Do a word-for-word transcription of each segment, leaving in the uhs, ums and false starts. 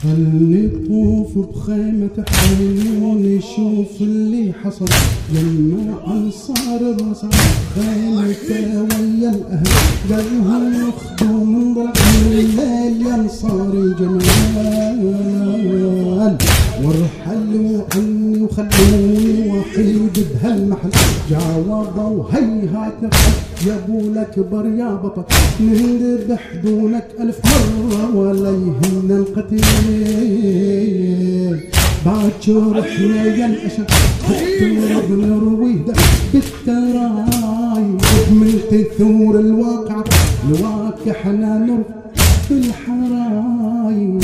خلي طوف بخيمة حسين ونشوف اللي حصل لما انصار الرصع خيمته ويا الاهل قالهم ياخذوا من ضلع الليل يا انصاري جمال وارحلوا عني وخلوني وحيد بهالمحل جاوبوا هيهات نفحل يا ابو الاكبر يا بطل نذبح دونك الف مره ولا يهمنا القتيل باكر احنا يا الاشد حتى بنرويده بالتراي من تثور الواقع الواقع احنا نرفع بالحرايب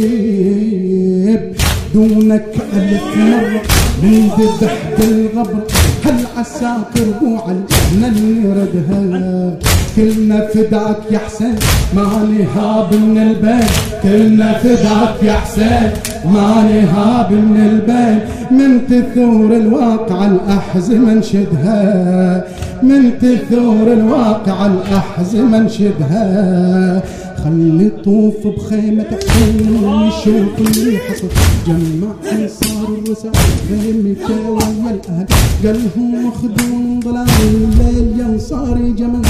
دونك ألف مرة نذبح بالغبر هالعساكر بوعلنا نردها كلنا فداك يا حسين ماني هاب من البيت كلنا فداك يا حسين ماني هاب من البيت من تثور الواقع الأحزمة نشدها من تثور الواقع الأحزمة نشدها خلي طوف بخيمة حسين ونشوف اللي حصل جمع انصار الرسل خيمته ويا الاهل قالهم اخذوا ضلال الليل يا انصاري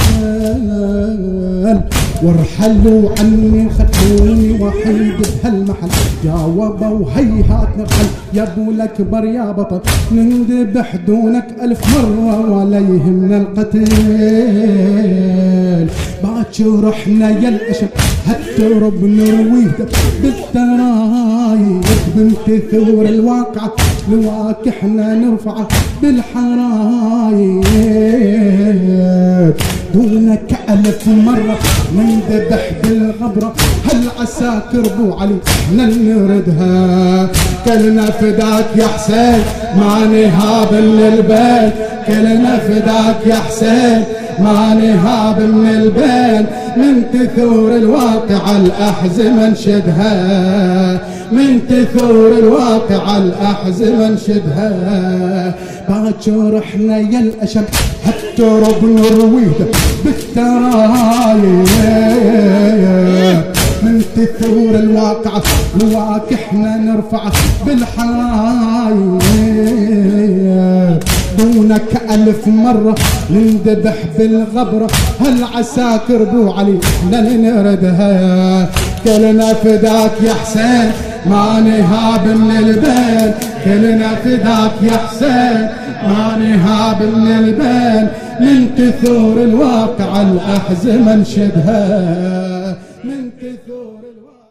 جمال وارحلوا عني خلوني وحيد بهالمحل جاوبوا هيهات نرحل يا ابو الاكبر يا بطل نذبح دونك الف مره ولا يهمنا القتيل باكر احنا يا الاشد هالترب نرويده بالترايب بنت ثور الواقع الواقع احنا نرفعه بالحرايب دونك الف مره نذبح بالغبره هالعساكر بو علي احنا نردها كلنا فداك يا حسين ماني هاب من البيت كلنا فداك يا حسين ماني هاب من البين من تثور الواقع الأحزمة نشدها من تثور الواقع الأحزمة نشدها باكر احنا يا الأشد هالترب نرويده بالترايب من تثور الواقع الواقع احنا نرفعه بالحرايب دونك ألف مرة نندبح بالغبرة هالعساكر بو علي نردها كلنا فداك يا حسين ماني هاب من البين كلنا فداك يا حسين ماني هاب من البين من تثور الواقع الأحزمة نشدها من تثور الواقع